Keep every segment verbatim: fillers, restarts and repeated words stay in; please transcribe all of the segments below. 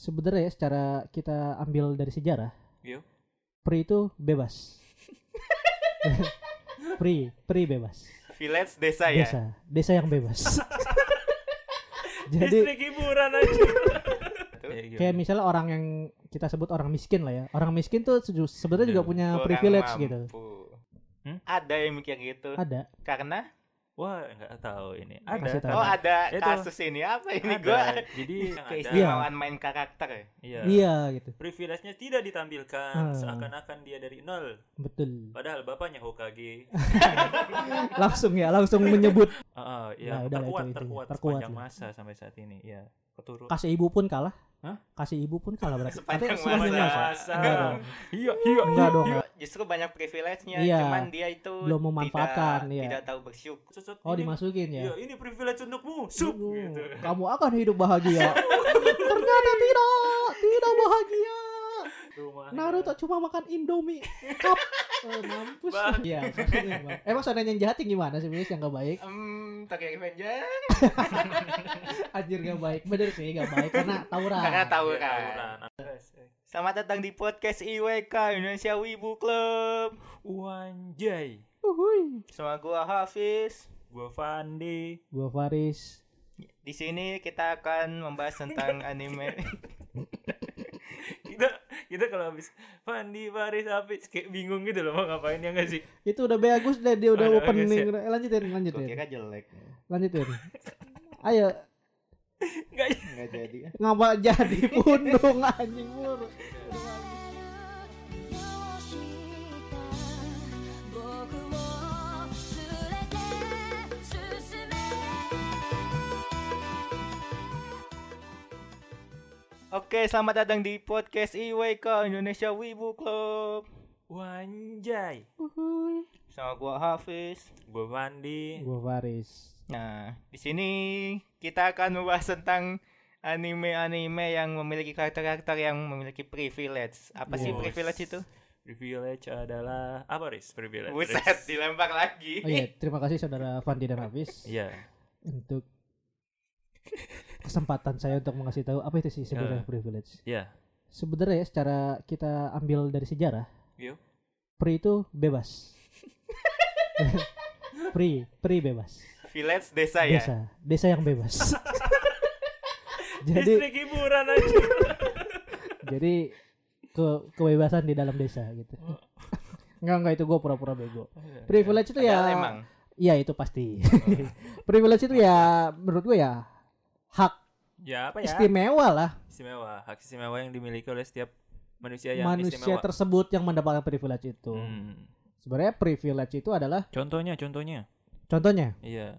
Sebenarnya ya, secara kita ambil dari sejarah, Yo. Pri itu bebas. Pri, Pri bebas. Village desa ya. Desa, desa yang bebas. Jadi Distrik hiburan aja. kayak misalnya orang yang kita sebut orang miskin lah ya. Orang miskin tuh seju- sebenarnya juga punya Orang privilege mampu. gitu. Hmm? Ada yang mikir gitu. Ada. Karena Wah, enggak tahu ini. Kasih Ada. tahu. oh ada Itu. kasus ini apa ini Ada. gua Jadi yang ada. keistimewaan main karakter ya. Iya. Iya gitu. Privilege-nya tidak ditampilkan Hmm. seakan-akan dia dari nol. Betul. Padahal bapaknya Hokage. Langsung ya, langsung menyebut Ah, Nah, ya udah lah, terkuat, itu- itu. terkuat, Terkuat sepanjang lah. masa sampai saat ini. Ya, keturun. kasih ibu pun kalah. Hah? Kasih ibu pun kalah berarti. Sepanjang Artinya sepanjang masa. masa. Enggak dong. Iya, iya. Enggak dong. Ju- Justru banyak privilege-nya, Iya. cuman dia itu Belum memanfaatkan, tidak, iya. tidak tahu bersyukur. Susut, Oh, ini- dimasukin Iya, ya. ini privilege untukmu. Sup Oh, gitu. Kamu akan hidup bahagia. Ternyata tidak, tidak bahagia. Rumah. Naruto cuma makan Indomie cup. Eh, mampus. Bang. Iya, maksudnya, Bang. Emang soalnya yang jahat yang gimana sih, Bis? Yang gak baik? Hmm, Tokyo Revenger. Anjir gak baik. Bener sih gak baik karena tawuran. Karena tahu Iya, kan. tawuran. Selamat datang di podcast I W K Indonesia Wibu Club. Wanjay. Uhuy. Sama gua Hafiz. Gua Fandi. Gua Faris. Di sini kita akan membahas tentang anime. kita kita kalau habis Fandi Faris Hafiz kayak bingung gitu loh mau ngapain ya nggak sih? Itu udah bagus deh, dia udah Udah opening. bagus ya? Udah. Eh, lanjutin, Gua lanjutin. kira jelek. Lanjutin. Ayo, Nggak. Enggak jadi. ngapa jadi pundung anjing mulu. Oke, selamat datang di podcast I W K Indonesia Wibu Club. Wanjay. Uhuy. Sama gua Hafiz. Gua Fandi. Gua Faris. Nah, di sini kita akan membahas tentang anime-anime yang memiliki karakter-karakter yang memiliki privilege. Apa sih Yes. privilege itu? Privilege adalah apa, Riz? Privilege. Buset, Riz? dilempar lagi. Oh iya, terima kasih saudara Fandi dan Hafiz Iya. untuk kesempatan saya untuk mengasih tahu apa itu sih sebenarnya Eh. privilege. Iya. Sebenarnya ya, secara kita ambil dari sejarah, Yo. pri itu bebas. pri, pri bebas. Village desa ya. Desa, desa yang bebas. jadi Distrik hiburan aja. jadi ke kebebasan di dalam desa gitu. Enggak enggak itu gue pura-pura bego. Privilege itu Padahal ya emang. iya itu pasti. Privilege itu ya menurut gue ya hak Ya apa ya? istimewa lah Istimewa. Hak istimewa yang dimiliki oleh setiap manusia yang manusia istimewa. tersebut yang mendapatkan privilege itu. Hmm. Sebenarnya privilege itu adalah Contohnya, contohnya. contohnya. Iya.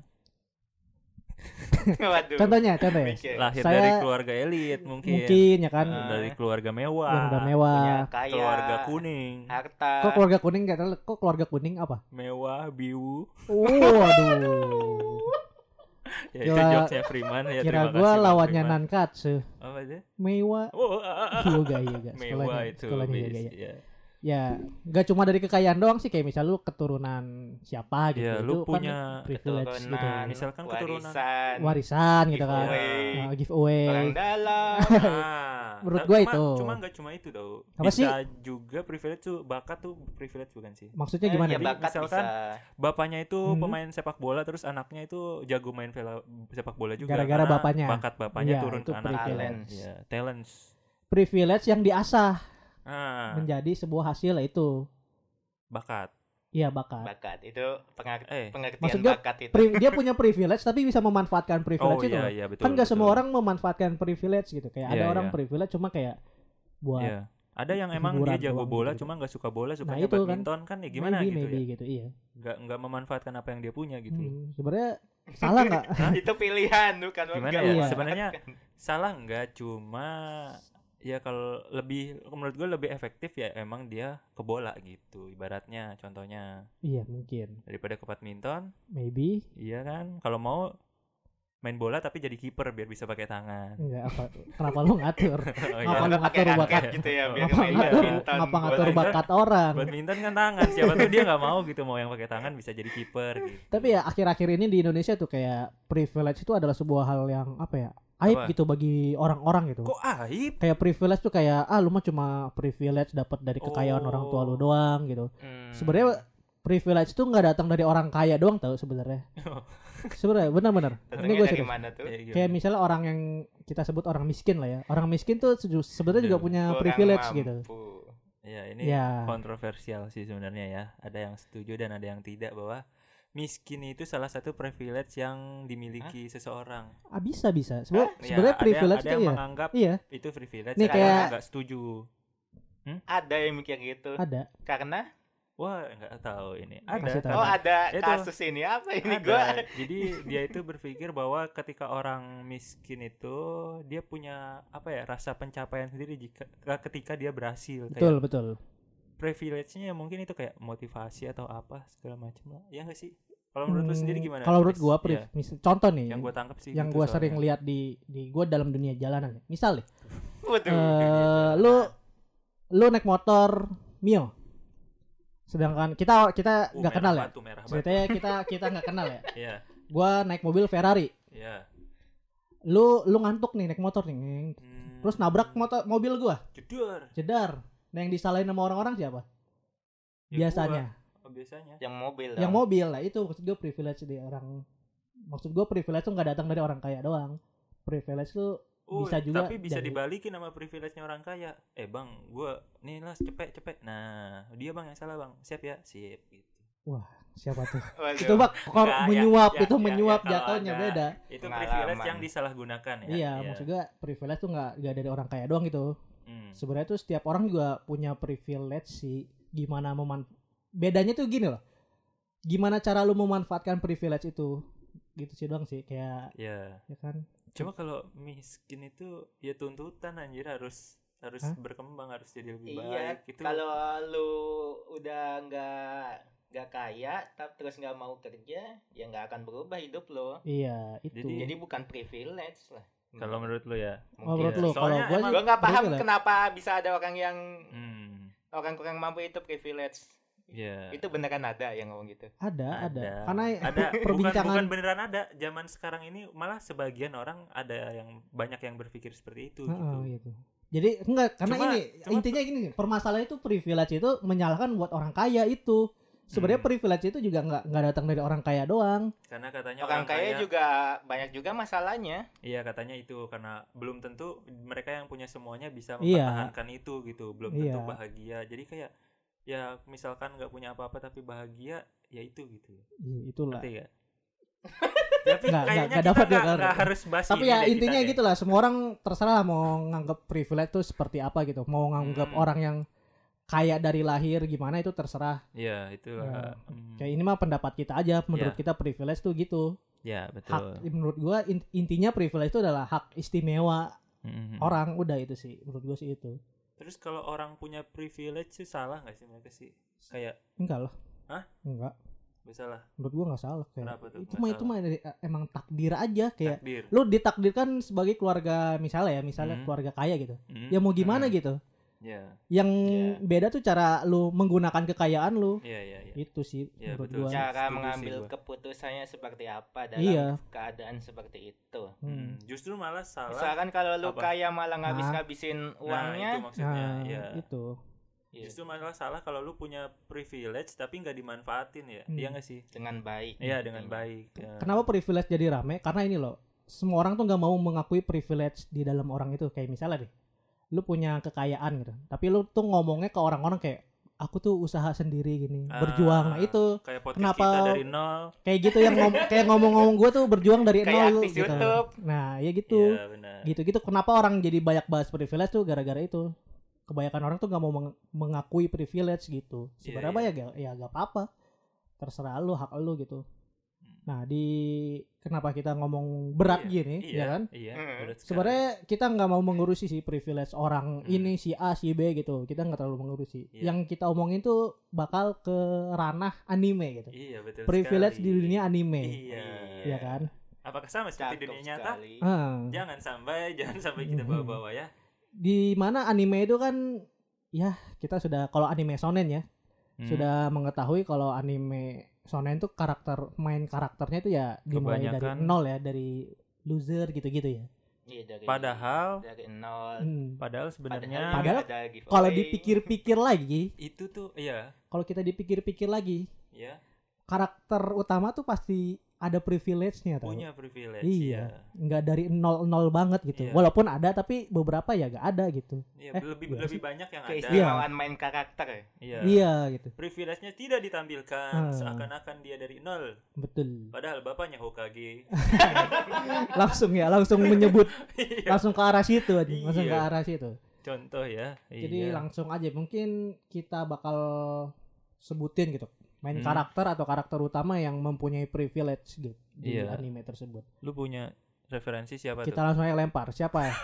Waduh. Contohnya, contohnya. Mikir. Lahir Saya- dari keluarga elit mungkin. Mungkin ya kan Eh, dari keluarga mewah. yang udah mewah. Punya kaya, Keluarga kuning. harta. Kok keluarga kuning kata kok keluarga kuning apa? Mewah, biu. Oh, aduh. Ya Kira- itu jokesnya Freeman ya. Kira terima gua kasih, Bang lawannya Freeman. Nankatsu. Apa aja? Mewah. Oh, ah, ah, ah. Yoga, yoga. Mewah Sekolahnya, itu. sekolahnya bis, yoga, ya. ya. Ya, nggak cuma dari kekayaan doang sih, kayak misal lu keturunan siapa gitu. Ya, itu lu kan punya privilege gitu. Keturunan, Misalkan keturunan. warisan, Warisan gitu kan. giveaway, Nah, giveaway. orang dalam. Nah, Menurut ta- gua cuma- itu. Cuma nggak cuma itu tau. Apa Bisa sih? juga privilege tuh bakat tuh privilege bukan sih? Maksudnya Eh, gimana? ya Jadi bakat misalkan bisa. Bapaknya itu Hmm. pemain sepak bola terus anaknya itu jago main vela, sepak bola juga. Gara-gara karena bapaknya. Bakat bapaknya Iya, turun itu ke anak. privilege. Iya, talents. Privilege yang diasah Ah, menjadi sebuah hasil itu. bakat. Iya, bakat. Bakat itu pengerti- Eh, pengertian maksudnya bakat itu. Pri- dia punya privilege tapi bisa memanfaatkan Oh privilege itu. iya loh. iya betul. Kan gak semua betul. orang memanfaatkan privilege gitu. Kayak ada Iya, orang iya. privilege cuma kayak buat Iya. Ada yang emang hiburan dia jago doang bola gitu. cuma nggak suka bola, Nah, sukanya itu kan. badminton kan, ya gimana maybe, gitu maybe ya. gitu, iya. Nggak nggak memanfaatkan apa yang dia punya gitu loh. Hmm, sebenarnya salah nggak? Itu pilihan bukan Gimana enggak ya? Iya. Sebenarnya salah nggak, cuma ya kalau lebih menurut gue lebih efektif ya emang dia ke bola gitu ibaratnya, contohnya Iya mungkin, daripada ke badminton. maybe. Iya kan, kalau mau main bola tapi jadi kiper biar bisa pakai tangan. Enggak apa? Kenapa lu ngatur? Oh, Ngapa iya. lu pakai ngatur raket bakat? gitu ya biar Ngapa main ngatur? badminton, Ngapa ngatur bola. bakat orang? Badminton kan tangan, siapa tuh dia nggak mau gitu, mau yang pakai tangan bisa jadi kiper gitu. Tapi ya akhir-akhir ini di Indonesia tuh kayak privilege itu adalah sebuah hal yang apa ya? aib Apa? gitu bagi orang-orang gitu. Kok aib? Kayak privilege tuh kayak ah lu mah cuma privilege dapat dari kekayaan Oh. orang tua lu doang gitu. Hmm. Sebenarnya privilege tuh nggak datang dari orang kaya doang tau sebenarnya. Sebenarnya benar-benar. Ini Datangnya gue dari serius. mana tuh? Ya, gimana? Kayak misalnya orang yang kita sebut orang miskin lah ya. Orang miskin tuh seju- sebenarnya juga Aduh, punya Kurang privilege mampu. gitu. Ya ini Ya. kontroversial sih sebenarnya ya. Ada yang setuju dan ada yang tidak bahwa miskin itu salah satu privilege yang dimiliki seseorang. Ah bisa bisa. Sebenarnya Ya, sebenarnya ada privilege yang, ada tuh yang iya. menganggap Iya, itu privilege, Nih, ada kayak- yang nggak setuju. Ada yang mikir gitu. ada. Karena Wah, nggak tahu ini. Kasih Ada. tahu. oh karena- ada Itu. kasus ini apa ini ada. gua? Jadi dia itu berpikir bahwa ketika orang miskin itu dia punya apa ya rasa pencapaian sendiri jika ketika dia berhasil. Betul Kayak betul. privilege-nya mungkin itu kayak motivasi atau apa segala macam lah. Ya nggak sih? Kalau menurut lu sendiri Hmm, gimana? Kalau menurut Chris? gua Ya, priv- mis- contoh nih yang gua tangkap sih yang gitu gua soalnya. sering lihat di di gua dalam dunia jalanan. Misal nih, Waduh. eh lu lu naik motor Mio. Sedangkan kita kita Uh, nggak merah kenal ya. batu, merah batu. Ceritanya kita kita nggak kenal ya. Iya, Gua naik mobil Ferrari. iya. Lu lu ngantuk nih naik motor nih. Hmm, Terus nabrak motor mobil gua. jedor. Jedar. Nah yang disalahin sama orang-orang siapa? Ya, Biasanya. gua. Oh, biasanya. Yang mobil. Yang dong. mobil lah itu maksud gue privilege di orang. Maksud gue privilege tuh nggak datang dari orang kaya doang. Privilege tuh Oh, bisa juga tapi bisa dari- dibalikin sama privilege-nya orang kaya. Eh bang, gua nih lah cepet cepet. Nah, dia bang yang salah bang. Siap ya, siap gitu. siapa tuh? Waduh. Itu bak kok Enggak, ya, menyuap ya, itu ya, menyuap ya, kalau jatuhnya ada- beda. Itu Pengalaman. privilege yang disalahgunakan ya. Iya, maksud gue privilege tuh nggak nggak dari orang kaya doang gitu. Hmm. Sebenarnya tuh setiap orang juga punya privilege sih. Gimana meman bedanya tuh gini loh. Gimana cara lu memanfaatkan privilege itu? Gitu sih doang sih kayak Ya. ya kan. Cuma kalau miskin itu ya tuntutan anjir harus harus Hah? berkembang, harus jadi lebih Iya, baik gitu. kalau lu udah nggak nggak kaya, tapi terus nggak mau kerja, ya nggak akan berubah hidup lo. Iya, itu. Jadi- Jadi bukan privilege lah. Kalau menurut lu ya. Oh, menurut Iya. lu kalau Soalnya gua emang- sih Gua nggak paham privilege. kenapa bisa ada orang yang Hmm. orang kurang mampu itu privilege. Iya. Itu beneran ada yang ngomong gitu. ada, ada. Ada. Karena ada perbincangan bukan, bukan beneran ada. Zaman sekarang ini malah sebagian orang ada yang banyak yang berpikir seperti itu gitu. Heeh, gitu. Jadi enggak karena Cuma- ini cuma intinya gini permasalahan itu privilege itu menyalahkan buat orang kaya itu. Sebenarnya Hmm. privilege itu juga nggak nggak datang dari orang kaya doang. Karena katanya Orang kaya juga banyak juga masalahnya. Iya katanya itu karena belum tentu mereka yang punya semuanya bisa Iya. mempertahankan itu gitu. Belum tentu Iya. bahagia. Jadi kayak ya misalkan nggak punya apa-apa tapi bahagia ya itu gitu. Iya, itulah. Ngerti gak? Tapi Nggak, kayaknya nggak, nggak kita dapat ya, nggak kan? nggak harus bahas Tapi ini ya deh kita intinya deh. gitu lah. Semua orang terserah lah mau nganggap privilege itu seperti apa gitu. Mau nganggap Hmm. orang yang kaya dari lahir gimana itu terserah. Iya itulah. Ya, Hmm. Kayak ini mah pendapat kita aja. Menurut Iya. kita privilege tuh gitu. Ya Hak betul. menurut gua in- intinya privilege itu adalah hak istimewa Hmm. orang. Udah itu sih. Menurut gua sih itu. Terus kalau orang punya privilege sih salah nggak sih mereka sih? Kayak Enggak lah. Hah? Enggak. salah Menurut gua nggak salah kayak Kenapa tuh itu nggak mah itu salah? mah dari, eh, emang takdir aja kayak takdir. lu ditakdirkan sebagai keluarga misalnya ya misalnya Hmm. keluarga kaya gitu Hmm. ya mau gimana Hmm. gitu Ya, yang Ya. beda tuh cara lu menggunakan kekayaan lu iya iya iya. itu sih Ya, menurut betul. gua Ca- Cara setuju sih mengambil gua. keputusannya seperti apa dalam Iya. keadaan seperti itu. Hmm. Hmm, Justru malah salah. Misalkan kalau lu Apa? kaya malah Nah. ngabis-ngabisin Nah, uangnya, itu maksudnya. nah Ya. itu iya, Justru malah salah kalau lu punya privilege tapi nggak dimanfaatin ya. Hmm. Iya nggak sih? dengan baik. Iya dengan intinya. baik. Ya. kenapa privilege jadi rame karena ini loh semua orang tuh nggak mau mengakui privilege di dalam orang itu kayak misalnya deh lu punya kekayaan gitu tapi lu tuh ngomongnya ke orang-orang kayak aku tuh usaha sendiri gini Ah, berjuang nah itu Kayak podcast kenapa- kita dari nol. kayak gitu yang ngom kayak ngomong-ngomong gue tuh berjuang dari Kayak nol artis gitu. YouTube. Nah, ya gitu. Iya benar. Gitu-gitu kenapa orang jadi banyak bahas privilege tuh gara-gara itu. Kebanyakan orang tuh nggak mau meng- mengakui privilege gitu. Sebenarnya Iya, apa ya gak, ya gak apa-apa. Terserah lu, hak lu gitu. Nah, di kenapa kita ngomong berat Iya, gini, Iya ya kan? Iya. Hmm. berat sekali. Sebenarnya kita nggak mau mengurusi si privilege orang Hmm. ini si A si B gitu. Kita nggak terlalu mengurusi. Iya. Yang kita omongin tuh bakal ke ranah anime gitu. Iya betul. Privilege sekali. di dunia anime. Iya. Ya kan? Apakah sama seperti Cakep dunia nyata? sekali. Ah. Jangan sampai jangan sampai kita Hmm. bawa-bawa ya. Di mana anime itu kan ya kita sudah kalau anime shonen ya Hmm. sudah mengetahui kalau anime shonen tuh karakter main karakternya itu ya dimulai dari Kebanyakan- nol ya dari loser gitu-gitu ya Iya, dari Padahal dari nol. Hmm. padahal sebenarnya Padahal ada giveaway. Kalau dipikir-pikir lagi, itu tuh iya, kalau kita dipikir-pikir lagi, ya karakter utama tuh pasti ada privilege-nya tau. punya privilege Iya, nggak dari nol nol banget gitu. Iya. Walaupun ada tapi beberapa ya nggak ada gitu. Iya, Eh, lebih gimana lebih sih? banyak yang ada. Keistimewaan main karakter ya. Iya. Iya gitu. Privilege-nya tidak ditampilkan Hmm. seakan-akan dia dari nol. Betul. Padahal bapaknya Hokage. Langsung ya, langsung menyebut Iya. langsung ke arah situ aja, langsung ke Iya. arah situ. Contoh ya. Jadi iya. langsung aja mungkin kita bakal sebutin gitu. Main Hmm. karakter atau karakter utama yang mempunyai privilege gitu di Iya. anime tersebut. Lu punya referensi siapa Kita tuh? langsung aja lempar. Siapa ya?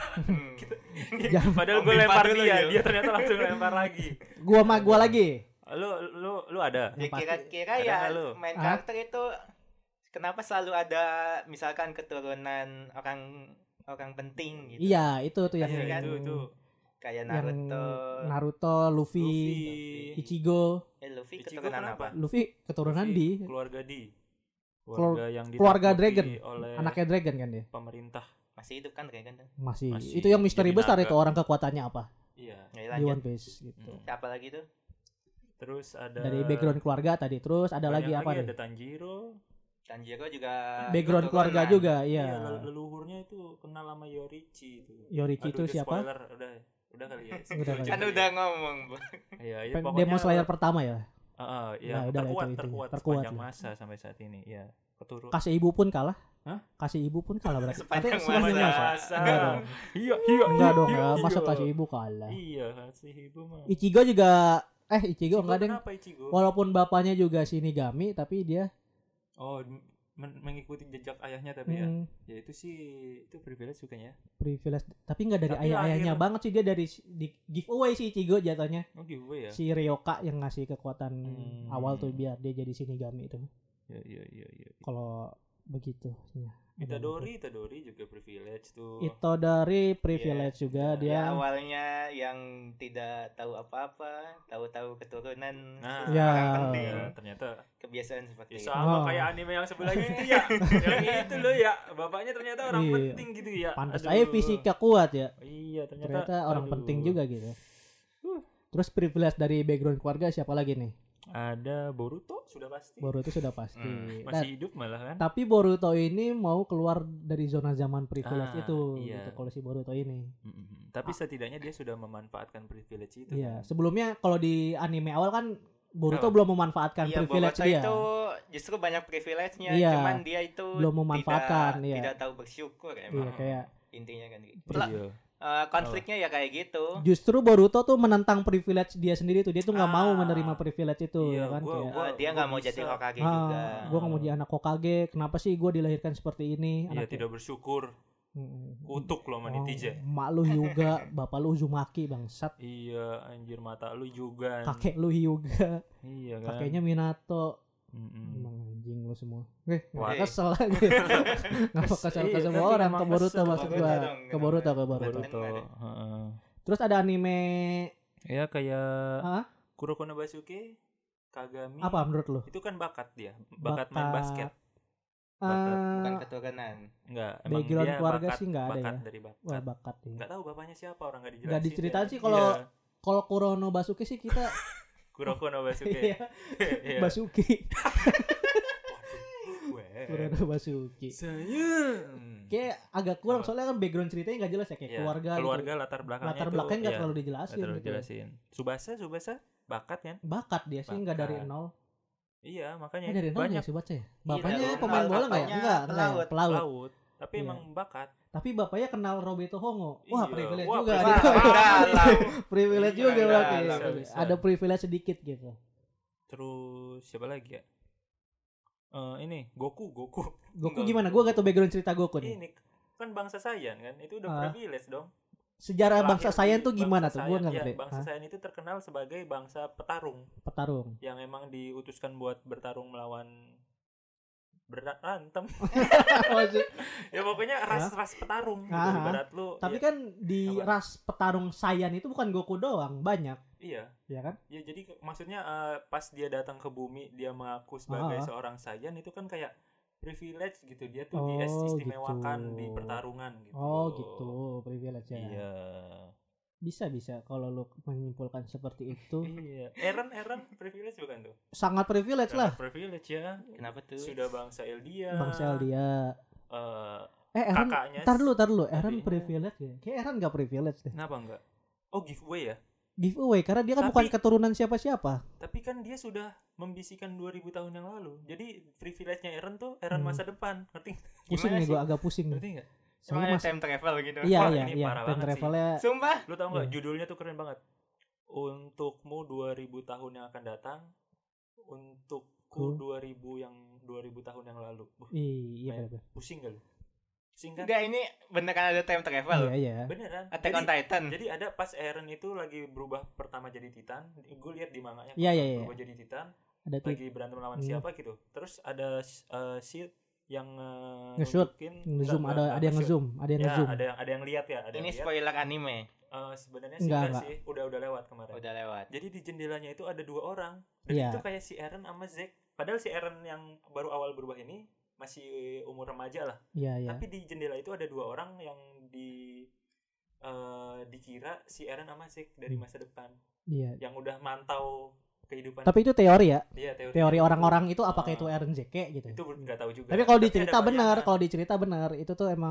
Jangan- Padahal gue Lempar lempar dulu dia, ya. dia ternyata langsung lempar lagi. Gua mah gua lagi. Lu lu lu ada? Ya Yang pasti- kira-kira ada ya nggak lu? main Hah? karakter itu kenapa selalu ada misalkan keturunan orang orang penting gitu. Iya, itu tuh yang Iya, kan? itu itu. Kayak yang Naruto. Naruto, Luffy, Luffy. Ichigo. Eh Luffy Ichigo keturunan kenapa? apa? Luffy keturunan Luffy, di keluarga di Kelur- keluarga yang keluarga ditakuti Dragon. oleh Anaknya Dragon kan dia. pemerintah. Masih hidup kan Dragon tuh? Masih. Masih. Itu yang misteri Jadi besar naga. itu orang kekuatannya apa Iya. Ya, di lanjut. One Piece gitu. Mm. Apa lagi tuh? Terus ada Dari background keluarga tadi. Terus ada banyak lagi apa Ada nih? Tanjiro. Tanjiro juga Background keturunan. keluarga juga, Iya, iya. lel- leluhurnya itu kenal sama Yorichi itu. Yorichi itu Aduh, siapa? Spoiler, udah udah kali ya. Udah kali. Kan udah ngomong, Bu. Iya, iya Pen- pokoknya Demon Slayer pertama ya. Heeh, iya, Nah, udah lah terkuat, itu intinya. terkuat, Terkuat sepanjang lah. masa sampai saat ini. Iya, keturun. Kasih ibu pun kalah. Hah? Kasih ibu pun kalah berarti. Sepanjang Atau sepanjang masa. masa. Enggak dong. Iya, iya. Enggak dong iya, ya. Masa iya. kasih ibu kalah. Iya, kasih ibu mah. Ichigo juga eh Ichigo enggak deng. Kenapa Ichigo? Walaupun bapaknya juga Shinigami tapi dia Oh, men- mengikuti jejak ayahnya tapi ya. mm, Ya itu sih itu privilege bukannya. privilege tapi enggak dari Tapi ayah-ayahnya akhir- banget sih, dia dari si- di giveaway si Ichigo jatuhnya. Oh, giveaway ya. Si Ryoka yang ngasih kekuatan Hmm. awal tuh biar dia jadi Shinigami itu. Ya, iya, iya, iya. Kalau begitu ya. Itadori, Itadori juga privilege tuh. Itu dari privilege juga Ya, dia. awalnya yang tidak tahu apa-apa, tahu-tahu keturunan Nah, Ya. orang penting. ya, ternyata Kebiasaan ya seperti itu. sama Oh. kayak anime yang sebelah itu ya. Yang itu loh ya, bapaknya ternyata orang Iya. penting gitu ya. Pantas Aduh. aja fisika kuat ya. Iya, ternyata, Ternyata orang aduh. penting juga gitu. Terus privilege dari background keluarga siapa lagi nih? Ada Boruto sudah pasti. Boruto sudah pasti. Hmm, Dan- Masih hidup malah kan? tapi Boruto ini mau keluar dari zona zaman privilege Ah, itu iya. gitu kalau si Boruto ini. Mm-mm. Tapi setidaknya dia sudah memanfaatkan privilege itu. Iya, kan? sebelumnya kalau di anime awal kan Boruto Oh. belum memanfaatkan Iya, privilege Boruto dia. itu justru banyak privilege-nya, Iya. cuman dia itu Belum memanfaatkan, tidak, iya. tidak tahu bersyukur Iya, emang. kayak Intinya kan gitu. Iya. Eh, konfliknya ya kayak gitu. justru Boruto tuh menentang privilege dia sendiri tuh. Dia tuh nggak Ah. mau menerima privilege itu Iya, ya kan gua- kayak gua- Eh, dia nggak mau jadi bisa. Hokage ah, juga. gue nggak mau jadi anak Hokage. Kenapa sih gue dilahirkan seperti ini? Iya, Anaknya- tidak bersyukur. Mm, Kutuk loh sama oh, netizen. mak lu Hyuga, bapak lu Uzumaki bangsat, Iya, anjir mata lu juga. kakek lu Hyuga, Iya kan. kakeknya Minato. Mm-mm. Emang anjing lu semua. Eh, Wah. nggak kesel lagi. Ngapa kesel ke Iya, semua tapi orang emang ke Boruto kesel. maksud Boruto gua. dong, Ke Boruto, ke kenapa? Boruto. Boruto. Bener. Heeh. Terus ada anime Ya kayak Hah? Kuroko no Basuke, Kagami. apa menurut lu? Itu kan bakat dia, bakat, main basket. Ah, Bukan keturunan. Enggak, emang background dia keluarga bakat, sih nggak ada bakat ya. dari bakat. wah bakat ya. Enggak tahu bapaknya siapa, orang enggak dijelasin. Nggak diceritain ya. sih kalau- Iya. Kalau Kurono Basuke sih kita Kuroko no Basuke. iya, Iya. Basuki. Weh. Kurono Basuki. Saya Kayak agak kurang Apa? soalnya kan background ceritanya nggak jelas ya kayak Iya, keluarga, keluarga gitu. latar belakangnya Latar itu, belakangnya nggak iya, terlalu nggak dijelasin terlalu gitu. dijelasin. Subasa, Subasa bakat kan? Bakat dia sih nggak dari Bakat. nol. Iya, makanya Eh dari nol banyak ya si Baca ya? Iya, Bapaknya dari pemain nol. bola nggak ya? Bapaknya Enggak, enggak ya? pelaut. Pelaut. pelaut, tapi Iya. emang bakat. Tapi bapaknya kenal Roberto Hongo. Wah, Iya, privilege wah, juga. privilege. Dia. Dalam. privilege Iya, juga iya, berarti. bisa, bisa. Ada privilege sedikit gitu. Terus siapa lagi ya? Eh ini Goku, Goku. Goku Enggak. gimana? Gua gak tau background cerita Goku nih. Ini kan bangsa Saiyan kan, itu udah Ah. privilege dong. Sejarah Lahir bangsa di Saiyan tuh bangsa gimana tuh? Gua Saiyan. nggak Ya, ngerti. bangsa Hah? Saiyan itu terkenal sebagai bangsa petarung Petarung. yang emang diutuskan buat bertarung melawan berantem. Oh, sih. Ya pokoknya ras-ras petarung gitu. Ah. Ibarat lu Tapi ya, kan di Apa? ras petarung Saiyan itu bukan Goku doang, banyak, iya. ya kan? Ya jadi ke- maksudnya eh, pas dia datang ke bumi dia mengaku sebagai Ah. seorang Saiyan itu kan kayak privilege gitu, dia tuh Oh, diistimewakan gitu. di pertarungan gitu. Oh gitu, privilege ya. Iya. Bisa bisa kalau lu menyimpulkan seperti itu. Iya. Aaron Aaron privilege bukan tuh? Sangat privilege lah. Sangat privilege ya. Kenapa tuh? Sudah bangsa Eldia. Bangsa dia. Eh, Eh Aaron, kakaknya tar dulu, tar dulu. Aaron adiknya. privilege ya. Kayak Aaron gak privilege deh. kenapa enggak? Oh, giveaway ya. Giveaway karena dia kan Tapi- bukan keturunan siapa-siapa. Tapi kan dia sudah membisikkan dua ribu tahun yang lalu. Jadi privilege-nya Aaron tuh Aaron Hmm. masa depan. Ngerti? Pusing Gimana nih sih? gue agak pusing nih. Ngerti enggak? Emang Soalnya ada mas, time travel gitu? iya Wah, iya ini iya. parah Time banget sih. travelnya Sumpah? Lu tau nggak Iya. judulnya tuh keren banget. Untukmu dua ribu tahun yang akan datang, untukku Ku. dua ribu yang dua ribu tahun yang lalu. Buh, iya main- benar. pusing gak lu? Pusing kan? Enggak, ini beneran ada time travel. Iya iya. Beneran. Attack Jadi, on Titan. jadi ada pas Eren itu lagi berubah pertama jadi Titan. Gue lihat di manganya Iya, iya, iya. berubah jadi Titan, Ada tip lagi berantem lawan Hmm. siapa gitu. Terus ada uh, Shield yang uh, Nge-shoot, nunjukin- nge-zoom enggak, ada enggak, ada yang nge-shoot. nge-zoom, ada yang Ya, nge-zoom. ada yang ada yang lihat ya, ada Ini yang lihat. spoiler anime. Eh, sebenarnya sih Enggak, enggak enggak. sih, udah udah lewat kemarin. Udah lewat. Jadi di jendelanya itu ada dua orang. Dan Iya. itu kayak si Eren sama Zack. Padahal si Eren yang baru awal berubah ini masih umur remaja lah. Iya iya. Tapi di jendela itu ada dua orang yang di eh, dikira si Eren sama Zack dari Hmm. masa depan. Iya. Yang udah mantau kehidupan. Tapi itu teori ya. Iya, teori, Teori orang-orang itu Ah. apakah itu Aaron Zeke gitu. itu nggak tahu juga. Tapi kalau ada dicerita benar, bayangan. kalau dicerita benar itu tuh emang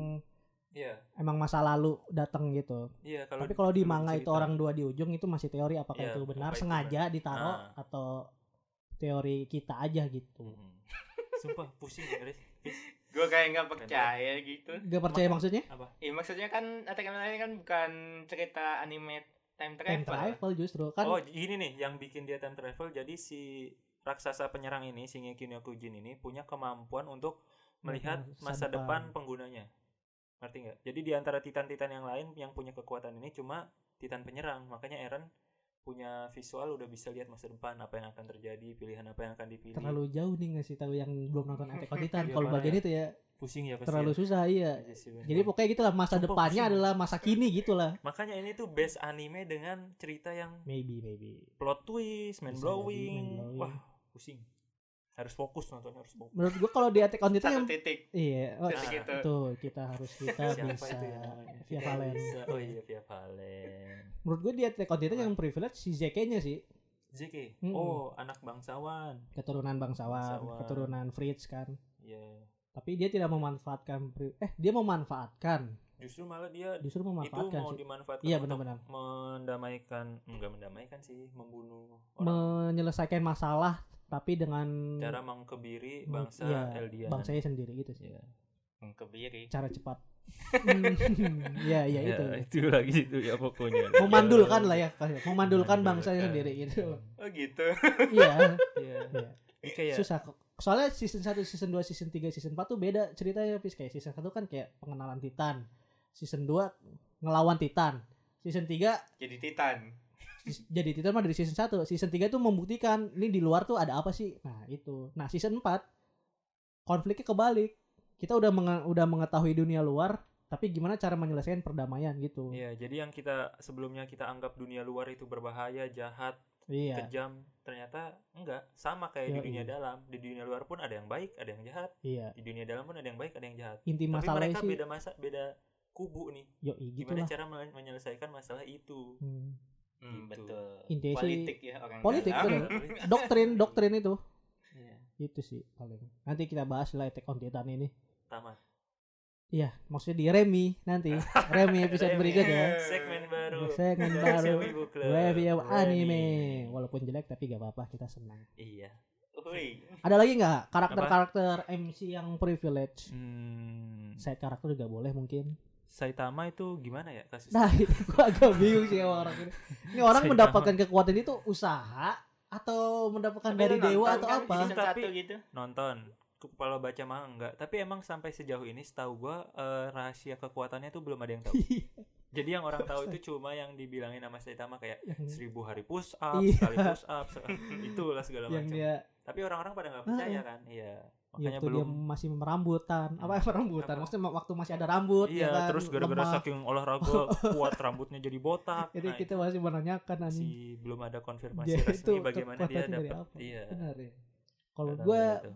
Iya, emang masa lalu datang gitu. iya kalau Tapi kalau di kalau manga itu dicerita. orang dua di ujung itu masih teori apakah Iya, itu benar apa itu sengaja ditaruh Ah. atau teori kita aja gitu. Mm-mm. Sumpah pusing ya, Riz. Gue kayak nggak percaya gitu. Gak percaya maksudnya? Apa? Ya maksudnya kan Attack on Titan kan bukan cerita anime time Time travel. travel justru kan. Oh, gini nih yang bikin dia time travel. Jadi si raksasa penyerang ini, Shingeki no Kyojin ini punya kemampuan untuk melihat Masa masa depan. depan penggunanya. Ngerti nggak? Jadi di antara titan-titan yang lain yang punya kekuatan ini cuma titan penyerang. Makanya Eren punya visual udah bisa lihat masa depan, apa yang akan terjadi, pilihan apa yang akan dipilih. Terlalu jauh nih ngasih tahu yang belum nonton Attack on Titan. Iya, Kalau parah bagian ya. itu ya Pusing ya pasti. terlalu ya. susah iya. Iya sih, bener. Jadi pokoknya gitulah masa Sumpah depannya pusing. adalah masa kini gitulah. Makanya ini tuh best anime dengan cerita yang Maybe maybe. plot twist, mind Bisa jadi, blowing. mind blowing. Wah, pusing. Harus fokus nonton, harus fokus. Menurut gua kalau di Attack on Titan Satu yang titik. iya, oh, Titik itu. tuh kita harus kita Siapa bisa itu ya namanya? Via Kita Valen. bisa. Oh iya, Via Valen. Menurut gua di Attack on Titan yang privilege si Zeke-nya sih, Zeke. Mm-mm. Oh, anak bangsawan. keturunan bangsawan, Bangsawan. keturunan Fritz kan. Iya. Tapi dia tidak memanfaatkan pri- eh dia memanfaatkan, Justru malah dia justru itu memanfaatkan mau sih. dimanfaatkan Iya, untuk benar-benar. mendamaikan, enggak mendamaikan sih, membunuh orang. Menyelesaikan masalah tapi dengan Cara mengkebiri Hmm, bangsa iya, Eldian. bangsanya sendiri gitu sih. Iya. Kebiri. Cara cepat. Hmm, Iya iya itu. itu lagi itu ya pokoknya. Memandulkan lah ya, memandulkan Memandulkan. bangsanya sendiri gitu. Oh gitu. Iya. Iya. Iya. Ini kayak Susah kok. Soalnya season satu, season dua, season tiga, season empat tuh beda ceritanya, Pis. Kayak season satu kan kayak pengenalan Titan. Season dua ngelawan Titan. Season tiga Jadi Titan. sis- jadi Titan mah dari season satu. Season tiga tuh membuktikan ini di luar tuh ada apa sih. Nah, itu. Nah, season empat konfliknya kebalik. Kita udah menge- udah mengetahui dunia luar, tapi gimana cara menyelesaikan perdamaian gitu. Iya, jadi yang kita sebelumnya kita anggap dunia luar itu berbahaya, jahat, Iya. kejam, ternyata enggak, sama kayak di Yoi. dunia dalam. Di dunia luar pun ada yang baik, ada yang jahat. Iya. Di dunia dalam pun ada yang baik, ada yang jahat. Inti Tapi masalahnya mereka sih beda masa, beda kubu nih. yoi gitu Gimana lah. cara men- menyelesaikan masalah itu? Hmm. Hmm, Gitu. betul. Intinya sih Politik ya orang politik, dalam. betul. Doktrin, doktrin itu. Iya, Itu sih paling. Nanti kita bahas lah Attack on Titan ini. tamat. Iya, maksudnya di Remi nanti. Remi episode Remi. berikutnya. Segmen baru. Segmen dari baru. Sewibu Club. Review Remi. anime. Walaupun jelek tapi gak apa-apa, kita senang. Iya. Wih. Ada lagi nggak karakter-karakter M C yang privilege? Hmm, Side karakter juga boleh mungkin. Saitama itu gimana ya kasusnya? Nah, itu gua agak bingung sih sama orang ini. Ini orang Saitama. mendapatkan kekuatan itu usaha atau mendapatkan Tapi dari lu dewa nonton atau kan apa? Season Tapi- satu gitu. Nonton. Kepala baca manga enggak, tapi emang sampai sejauh ini setahu gua eh, rahasia kekuatannya tuh belum ada yang tahu. Jadi yang orang tahu itu cuma yang dibilangin sama Saitama kayak Yang- seribu hari push up, Iya. sekali push up, se- itulah segala yang macam. dia Tapi orang-orang pada nggak percaya kan? Iya. ya, Makanya waktu dia belum. masih merambutan. Apa merambutan? Apa? Maksudnya waktu masih ada rambut Iya, ya kan, terus gara-gara lemah. saking olahraga kuat rambutnya jadi botak. Jadi Nah, kita masih menanyakan itu anjing. masih belum ada konfirmasi Dia resmi itu bagaimana dia kekuatannya dari dapat. apa? Iya. Benar ya. Kalau Nggak tahu gue gitu.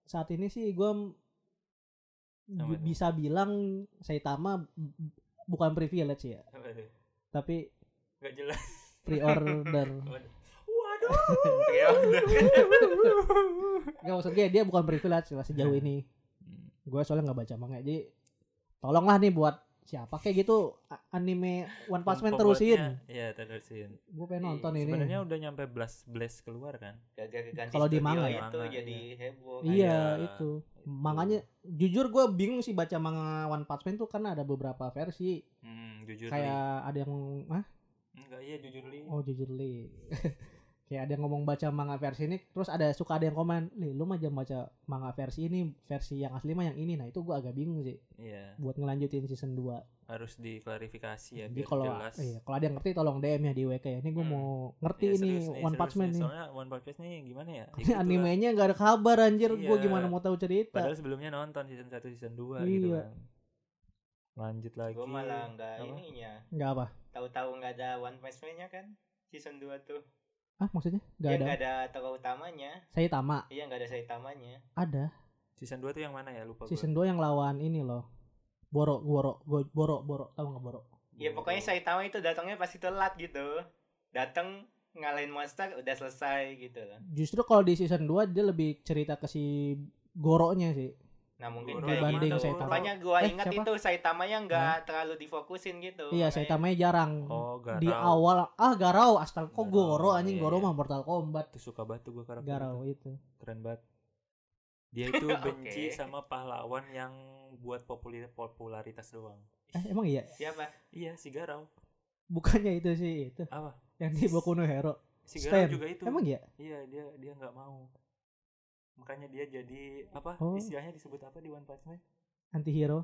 saat ini sih gue Apa tuh? bisa bilang Saitama b- bukan privilege ya, Apa tuh? tapi Gak jelas. pre-order. Waduh. Nggak, maksud gue dia bukan privilege lah sejauh ini. Gue soalnya nggak baca manga, jadi tolonglah nih buat siapa kayak gitu a- anime One Punch Man terusin. Iya, terusin. Gue pengen nonton ini. Sebenarnya udah nyampe Blast Blast keluar kan? Gara-gara ganti Kalau di studio manga ya? itu Manga, jadi heboh. Iya Iya, itu. itu. Manganya jujur gue bingung sih baca manga One Punch Man tuh karena ada beberapa versi. Hmm, jujur Kayak ada yang ah Li. Enggak, iya jujur Li. oh jujur li. Kayak ada yang ngomong baca manga versi ini, terus ada suka ada yang komen, "Li, lu mah jangan baca manga versi ini, versi yang asli mah yang ini." Nah, itu gue agak bingung sih Iya, buat ngelanjutin season dua. harus diklarifikasi ya Jadi biar kalau jelas. iya, kalau ada yang ngerti tolong D M ya di W K ya. Ini gue Hmm. mau ngerti Iya, ini serius nih, One serius Punch Man nih. Soalnya One Punch Man nih gimana ya? Ya gitu lah. Animenya nggak ada kabar anjir, gue Iya. gimana mau tahu cerita. Padahal sebelumnya nonton season satu season dua gitu Iya. kan. Lanjut lagi. Gue malah nggak Apa? ininya. Nggak apa? Tahu-tahu nggak ada One Punch Man-nya kan season dua tuh. Ah maksudnya nggak Dia ada? nggak ada tokoh utamanya. Saitama Iya nggak ada Saitamanya. ada. Season dua tuh yang mana ya? Lupa gua. Season dua yang lawan ini loh. Boro, Boro, Go- Boro, Boro, tahu nggak Boro? Ya pokoknya Saitama itu datangnya pasti telat gitu. Datang ngalahin monster udah selesai gitu. Justru kalau di season dua dia lebih cerita ke si Goronya sih. Nah mungkin Goro kayak dibanding gitu. Saitama. Makanya gua Eh, ingat siapa? itu Saitamanya nggak terlalu difokusin gitu. Iya, Makanya- Saitamanya jarang. Oh, Garau. Di awal ah Garau, astaga kok Garau, Goro anjing, iya, Goro iya. mah Mortal Kombat. Tuh suka banget tuh gue karakter Garau itu. itu. Keren banget. Dia itu benci Oke. sama pahlawan yang buat populi- popularitas doang. Eh emang iya? Siapa? Iya, si Garau. Bukannya itu sih itu Apa? yang di Boku no Hero. Si Garau Stan. juga itu. Emang iya? Iya, dia dia nggak mau. Makanya dia jadi apa? Oh. Istilahnya disebut apa di One Punch Man? Anti-hero.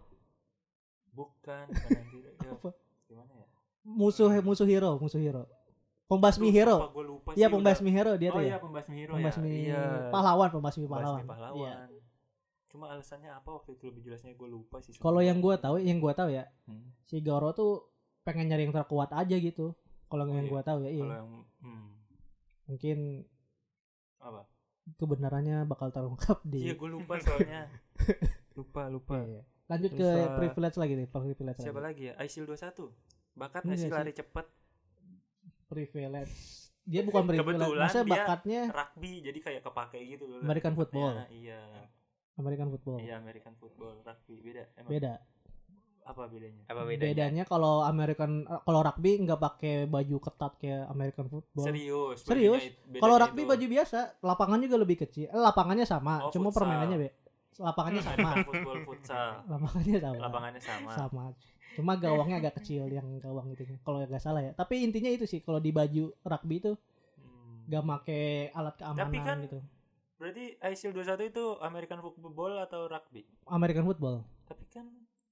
Bukan, bukan anjir. Ya, Apa? gimana ya? Musuh musuh hero, musuh hero. Pembasmi Aduh, hero. sumpah gua lupa Iya, sih, pembasmi hero udah- dia Oh tuh iya, ya. pembasmi hero Pembasmi ya. Iya. pahlawan, pembasmi Pembasmi pahlawan. pahlawan. Iya. Cuma alasannya apa waktu itu lebih jelasnya gue lupa sih. Kalau sebenarnya. yang gua tahu, yang gua tahu ya, Hmm. si Goro tuh pengen nyari yang terkuat aja gitu. Kalau Oh, yang iya. gua tahu ya, iya. Kalau yang hmm, Mungkin apa? kebenarannya bakal terungkap di. Iya, gue lupa soalnya. lupa, lupa. Iya. Lanjut Terus, ke uh, privilege lagi nih, privilege Siapa lagi. lagi ya? Aisil dua puluh satu. Bakat Enggak nggak sih sih. lari cepet? Privilege. Dia bukan privilege. Kebetulan Maksudnya dia bakatnya rugby, jadi kayak kepake gitu loh. American cepetnya. football. Iya. American football. Iya, American football, rugby beda. Emang Beda. apa bedanya? Apa bedanya? Bedanya kalau American kalau rugby nggak pakai baju ketat kayak American football. Serius. Serius? bedanya it- bedanya Kalau rugby itu. baju biasa, lapangan juga lebih kecil. Eh, lapangannya sama, Oh, cuma futsal. permainannya be. Lapangannya sama. American football futsal. Lapangannya sama. Lapangannya sama. Sama. Cuma gawangnya agak kecil yang gawang itu. Kalau nggak salah ya. Tapi intinya itu sih kalau di baju rugby itu Hmm. nggak make alat keamanan Tapi kan- gitu. Berarti Aisil dua puluh satu itu American football atau rugby? American football. Tapi kan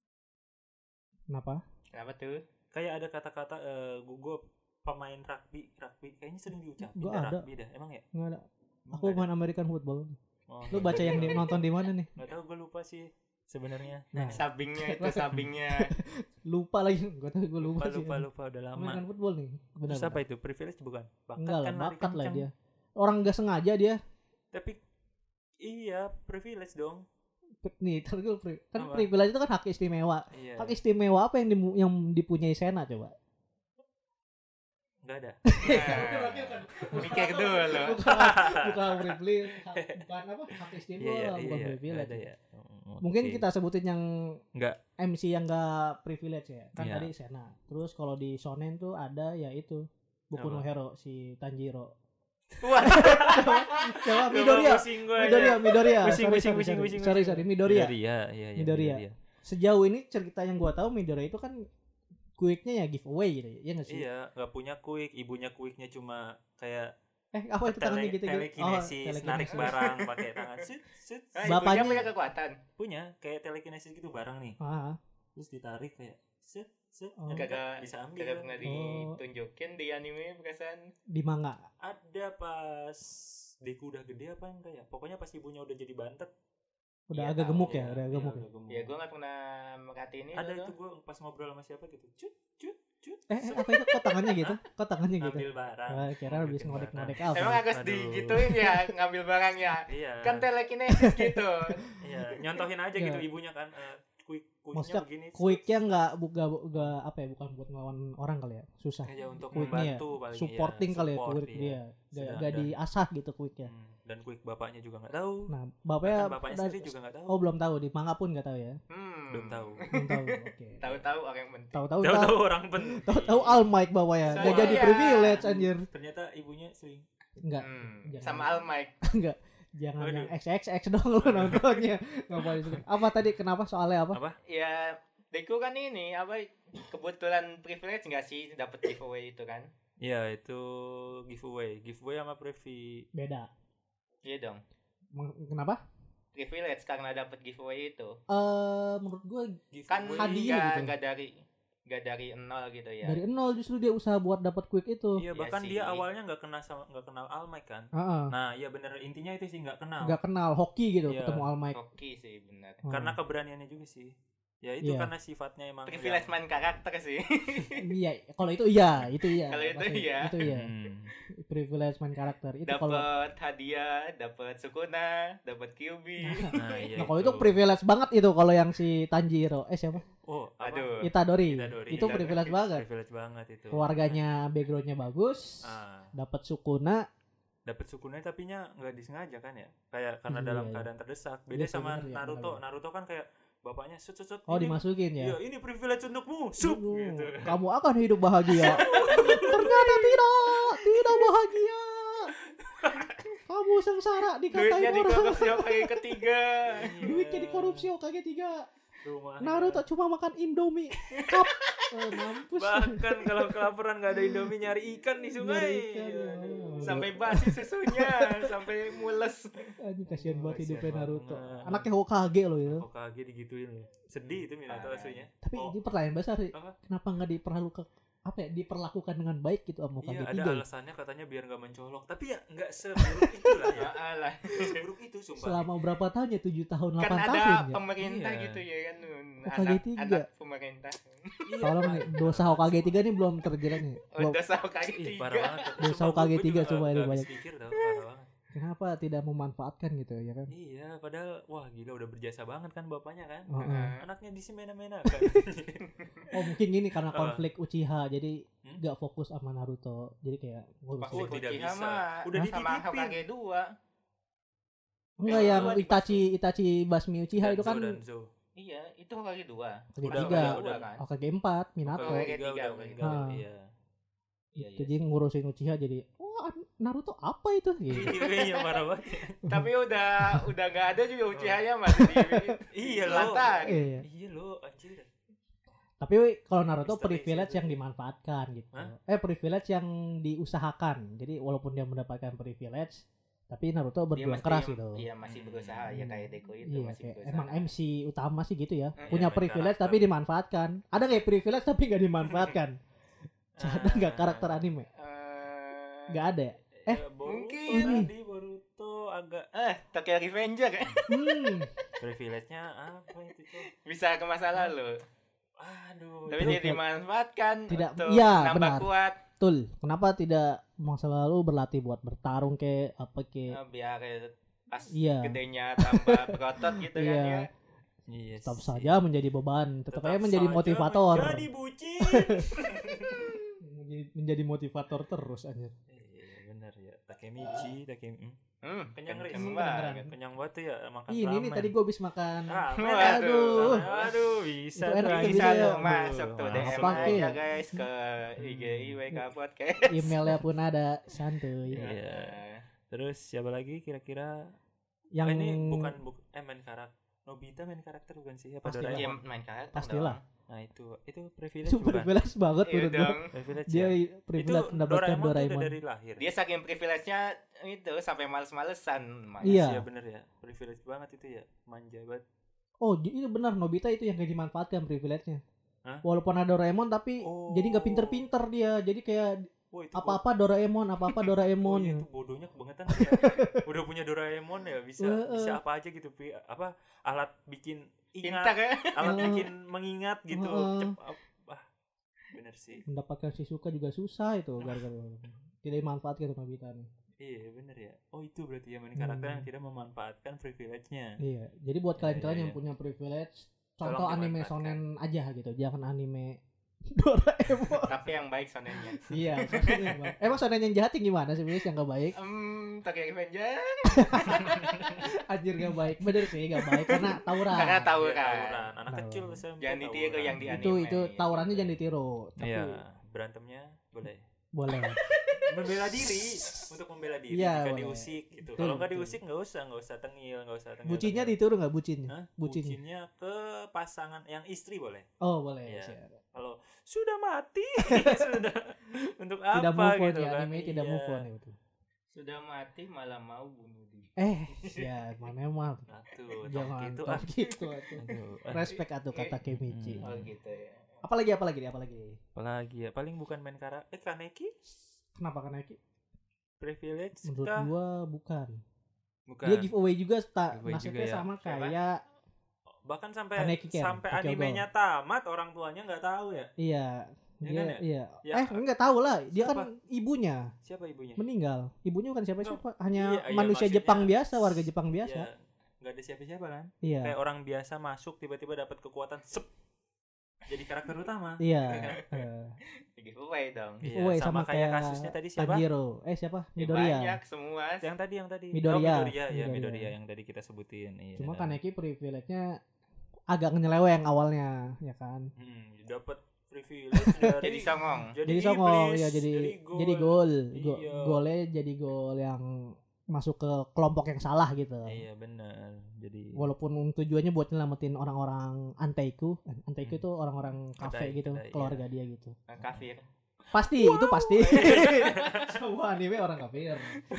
Kenapa? Kenapa tuh? kayak ada kata-kata eh gue pemain rugby, rugby kayaknya sering diucapin Gua dah ada. rugby dah. Emang ya? Nggak ada. Emang Aku nggak ada? main American football. Oh, Lu baca yang di, nonton di mana nih? nggak tahu, gue lupa sih sebenarnya. Nah, Sabingnya itu sabingnya. lupa lagi. Gua tahu gue lupa lupa, sih. lupa lupa udah lama. American football nih. Benar. Terus apa itu? Privilege bukan? Bakat Enggak lah, kan lari bakat lah kencang. dia. Orang nggak sengaja dia. Tapi iya, privilege dong. Nih, ntar gue pri- kan Apa? privilege itu kan hak istimewa. Iya. Hak istimewa apa yang dimu- yang dipunyai Sena coba? Enggak ada. Nah, mikir dulu. bukan, bukan privilege, hak- bukan apa? Hak istimewa, Iya, iya, bukan iya, privilege. nggak ada ya. Oh, Mungkin oke. kita sebutin yang Enggak. M C yang enggak privilege ya. Kan Iya. tadi Sena. Terus kalau di shonen tuh ada ya itu Boku no Apa? Hero si Tanjiro. Wah, Coba Midoriya. Pusing gua Midoriya, Midoriya. Pusing, Sorry, pusing, sorry, pusing, sorry. pusing, Sorry, pusing. sorry, Midoriya. Midoriya, iya, iya. Midoriya. Sejauh ini cerita yang gua tahu Midoriya itu kan quicknya ya giveaway gitu ya. Iya enggak sih? Iya, nggak punya quick, ibunya quicknya cuma kayak Eh, apa itu tangannya tele- gitu gitu? telekinesis, narik barang pakai tangan. Sit, sit. ah, Bapaknya- ibunya punya kekuatan. Punya kayak telekinesis gitu barang nih. Ah, Terus ditarik kayak sit, sit. Oh. Nyangka Kagak bisa ambil. kagak pernah Oh. ditunjukin di anime perasaan. di manga. Ada pas Deku udah gede apa enggak ya? Pokoknya pas ibunya udah jadi bantet. Udah Iya, agak tahu, gemuk Iya, ya, udah iya, gemuk. udah ya. gemuk. Ya gue nggak pernah merhatiin itu. Ada tuh. itu gue pas ngobrol sama siapa gitu. Cut, cut. Eh, eh, apa itu? Kok tangannya gitu? Kok tangannya gitu? Ngambil barang. Wah, kira habis Ngambil ngodek-ngodek barang. apa? Emang harus Aduh. digituin ya ngambil barangnya. Iya. Kan telekinesis gitu. Iya, nyontohin aja Iya. gitu ibunya kan. eh, quick quicknya Maksudnya begini. Quicknya nggak buka buka apa ya? Bukan buat ngelawan orang kali ya. Susah. Ya untuk Quicknya ya, membantu paling supporting iya, kali ya support, quick iya. dia. Gak, Sedang- gak dan- diasah gitu quicknya. Hmm, dan quick bapaknya juga nggak tahu. Nah, bapaknya Bahkan bapaknya dan- sendiri juga nggak tahu. oh belum tahu di manga pun nggak tahu ya. Hmm. Belum tahu. Belum tahu. Oke. Tahu-tahu orang yang penting. Tahu-tahu Tahu-tahu tahu orang penting. tahu All Mic bapaknya. Gak Saya- jadi privilege anjir. Ternyata ibunya sering. Enggak. Hmm. Jangan. Sama Al Mike. Enggak. Jangan Waduh. yang X X X dong lu nontonnya. Ngapain sih? Apa tadi kenapa soalnya apa? Apa? Ya, Deku kan ini apa kebetulan privilege nggak sih dapat giveaway itu kan? Iya, itu giveaway. Giveaway sama preview. Beda. Iya dong. Meng- Kenapa? Privilege karena dapat giveaway itu. Eh menurut gue Kan Giveaway. hadiah nggak gitu. nggak dari nggak dari nol gitu ya. dari nol justru dia usaha buat dapat quick itu. Iya, Iya bahkan sih. dia awalnya nggak kenal sama nggak kenal All Might kan. Heeh. Nah, iya bener intinya itu sih nggak kenal. Nggak kenal hoki gitu Iya. ketemu All Mic. Oke sih benar. Hmm. Karena keberaniannya juga sih. Ya itu Iya. karena sifatnya emang Privilege yang- main karakter sih. Iya, kalau itu iya, itu iya. Kalau itu pasti. iya. Itu iya. Hmm. Privilege main karakter. Itu kalau Dapat hadiah, dapat Sukuna, dapat Kyubi. Nah, iya Nah, kalau itu privilege banget itu kalau yang si Tanjiro. Eh siapa? Oh, apa? Aduh. Itadori. Itadori. Itu Itadori. privilege banget. Privilege banget itu. Keluarganya backgroundnya bagus. Ah, Dapat Sukuna. dapat sukunai tapi nya nggak disengaja kan ya? Kayak karena Iya, dalam iya. keadaan terdesak. Beda Iya sih, sama bener ya, Naruto. bener. Naruto kan kayak bapaknya sut sut sut. Oh, ini- dimasukin ya. Iya, ini privilege untukmu. Sup Uh, gitu. Kamu akan hidup bahagia. Ternyata tidak, tidak bahagia. Kamu sengsara dikatain Duitnya orang. dikorupsi kali ketiga. Duitnya dikorupsi Hokage tiga. Rumah. Naruto cuma makan Indomie. Cup. Eh, mampus. Bahkan kalau kelaparan nggak ada Indomie nyari ikan di sungai. Nyari ikan, ya. Aduh. Sampai basi susunya, sampai mules. Anjing kasihan banget Kasihan hidupnya Naruto. banget. Anaknya Hokage loh itu. Hokage digituin loh. Sedih itu Minato Parah. aslinya. Tapi Oh, ini pertanyaan besar sih. apa? Kenapa nggak diperlakukan apa ya diperlakukan dengan baik gitu sama Iya, Hokage ada tiga? alasannya katanya biar nggak mencolok. Tapi ya nggak seburuk itu lah ya. Ya alah. Nggak seburuk itu sumpah. Selama berapa tahun ya? tujuh tahun, Kan delapan ada tahun ya? pemerintah Iya. gitu ya kan. Hokage Anak, tiga. anak pemerintah. Iya. Tolong nih, dosa Hokage tiga nih belum terjerat nih. Belum- Udah sama kali Ih, tiga. parah banget. Dosa Sumpah, Hokage gua tiga juga coba nggak- ini nggak banyak. habis pikir tau, parah banget. Kenapa tidak memanfaatkan gitu ya kan? Iya, padahal wah gila udah berjasa banget kan bapaknya kan. Heeh. Anaknya disemena-mena kan. Oh mungkin gini karena Heeh. konflik Uchiha jadi Hmm? nggak fokus sama Naruto. Jadi kayak Pas ngurusin. Oh, tidak Uchiha bisa. mah Udah sama dititipin. Hokage dua. Enggak Eh, yang dua di Itachi Itachi Basmi Uchiha itu Danzo, kan Danzo. Iya, itu Hokage dua. Hokage Udah, tiga, udah, udah. kan. Hokage empat, Minato. Hokage tiga tiga, udah Hokage meninggal. tiga. Iya. Iya, Itu iya. jadi ngurusin Uchiha jadi oh an- Naruto apa itu? Gitu. Iya, parah banget. Tapi udah udah nggak ada juga Uchiha-nya mas. Di- Iya loh. Lantar. Iya. Iya loh, anjir. Tapi kalau Naruto Mister privilege X itu. yang dimanfaatkan gitu. Hah? Eh privilege yang diusahakan. Jadi walaupun dia mendapatkan privilege, tapi Naruto Dia berjuang mesti- keras gitu. Iya masih berusaha ya kayak Deku itu Iya, masih kayak berusaha. emang M C utama sih gitu ya. Mm, Punya iya, privilege karakter. tapi dimanfaatkan. Ada kayak privilege tapi nggak dimanfaatkan. Ada nggak karakter anime? Eh, Nggak ada. ya? Eh, mungkin. tadi Boruto agak Eh, Tokyo Revenger Hmm. privilege-nya apa itu, Cok? bisa ke masa lalu. Aduh. Tapi Itu dia kayak- dimanfaatkan Tidak- untuk iya, nambah benar. kuat. Betul. Kenapa tidak masa lalu berlatih buat bertarung kayak apa kayak Eh, biar eh, pas Iya. gedenya tambah berotot gitu kan Iya. ya. Iya tetap sih. saja menjadi beban, tetap, aja menjadi saja motivator. Menjadi bucin. Menjadi, menjadi motivator terus anjir. Iya, benar ya. Takemichi, Takemi. Hmm, Kenyang, Riz. kenceng Kenyang. banget. Kenyang banget tuh ya makan Ini nih ramen. tadi gue habis makan. Ramen. Waduh. Aduh, bisa Itu enak tuh. tuh Bisa video. tuh masuk tuh D M Apa aja kek? guys ke I G I W K Podcast. Emailnya pun ada santuy. Iya. Eh, Terus siapa lagi kira-kira? Yang Oh, ini bukan buk eh main karakter. Nobita main karakter bukan sih? Apa Pastilah. Dia Doraemon? main karakter Pastilah. dong. Nah, itu itu privilege itu bukan? privilege banget Iya menurut gue. dong. Privilege Dia ya? privilege Itu mendapatkan Doraemon, tuh Doraemon. udah dari lahir. Dia saking privilege-nya itu sampai males-malesan. Mas. Iya. Iya bener ya. Privilege banget itu ya. Manja banget. Oh, j- itu benar Nobita itu yang kayak dimanfaatkan privilege-nya. Hah? Walaupun ada Doraemon tapi Oh. jadi nggak pinter-pinter dia. Jadi kayak Wah, itu apa-apa Doraemon, apa-apa bo- Doraemon. oh, iya, itu bodohnya kebangetan ya. Udah punya Doraemon ya bisa Heeh. bisa apa aja gitu. Pi. Apa alat bikin Pintar ingat, ya. alat Heeh. bikin mengingat gitu. Heeh. Cep- ah, Bener sih. Mendapatkan Shizuka juga susah itu gara-gara tidak dimanfaatkan sama Bita nih. Iya bener ya. Oh itu berarti ya main karakter Hmm. yang tidak memanfaatkan privilege-nya. Iya, jadi buat Iya, kalian-kalian iya, yang iya. punya privilege, Tolong contoh anime dimanfaatkan. shonen aja gitu, jangan anime Doraemon. Tapi yang baik sonennya. Iya, shonen yang baik. Emang shonen yang jahat yang gimana sih, Bis, yang gak baik? Hmm, Tokyo Revenger. Anjir gak baik, bener sih gak baik karena tawuran. Karena Iya, tawuran. tawuran. Anak Tawuran. kecil bisa Jangan ditiru yang di Itu anime. itu tawurannya jangan ditiru, tapi Iya, berantemnya boleh. boleh. Membela diri untuk membela diri Iya, jika boleh. diusik gitu. Betul, Kalau nggak betul. diusik nggak usah, nggak usah tengil, nggak usah tengil. Bucinnya tengil. ditiru nggak bucinnya? Hah? Bucinnya. Bucinnya ke pasangan yang istri boleh. Oh boleh. Iya. siap. Kalau sudah mati sudah untuk apa Tidak move on gitu ya, kan? anime tidak Iya. move on ya, betul. Sudah mati malah mau bunuh diri. Eh, ya mana emang. Nah, tuh, Jangan gitu gitu, ah. gitu atuh. Aduh, ah. Respect atuh kata Kemichi. Hmm. Oh gitu ya. Apalagi apalagi nih, apalagi. Apalagi ya, paling bukan main karakter. Eh Kaneki Kenapa kan Eki? privilege Menurut kah? gua bukan. Bukan. Dia giveaway juga sta- Giveaway nasibnya juga ya. sama Siapa? kayak Bahkan sampai Kaneki Ken, sampai Tokyo animenya tamat orang tuanya nggak tahu ya. iya. Iya Dia, kan ya? iya. Ya. Eh, enggak tahu lah. Dia Siapa? kan ibunya Siapa ibunya? meninggal. Ibunya bukan siapa-siapa, hanya Iya, iya, manusia maksudnya- Jepang biasa, warga Jepang biasa. Ya, nggak ada siapa-siapa kan? Iya. Kayak orang biasa masuk tiba-tiba dapat kekuatan sep. Jadi karakter utama. Iya. Gitu kan? eh, Giveaway dong. Iya, giveaway sama, sama kayak kayak kasusnya tadi siapa? Tanjiro. Eh, siapa? Ya, Midoriya. banyak semua. Yang tadi yang tadi. Midoriya. Oh, Midoriya, ya Midoriya. Midoriya yang tadi kita sebutin. Iya. Cuma Kaneki privilege-nya agak nyeleweng awalnya, ya kan? Hmm, dapat privilege dari Jadi songong. Jadi, Jadi songong, iblis, ya jadi gol. jadi gol. Go- Iya. Golnya jadi gol yang masuk ke kelompok yang salah gitu. Iya benar. Jadi Walaupun tujuannya buat nyelamatin orang-orang Anteiku. Anteiku Hmm. itu orang-orang kafe Kedai, gitu, kedai, keluarga dia gitu. Nah, kafir. Pasti, itu pasti. Semua anime orang kafir.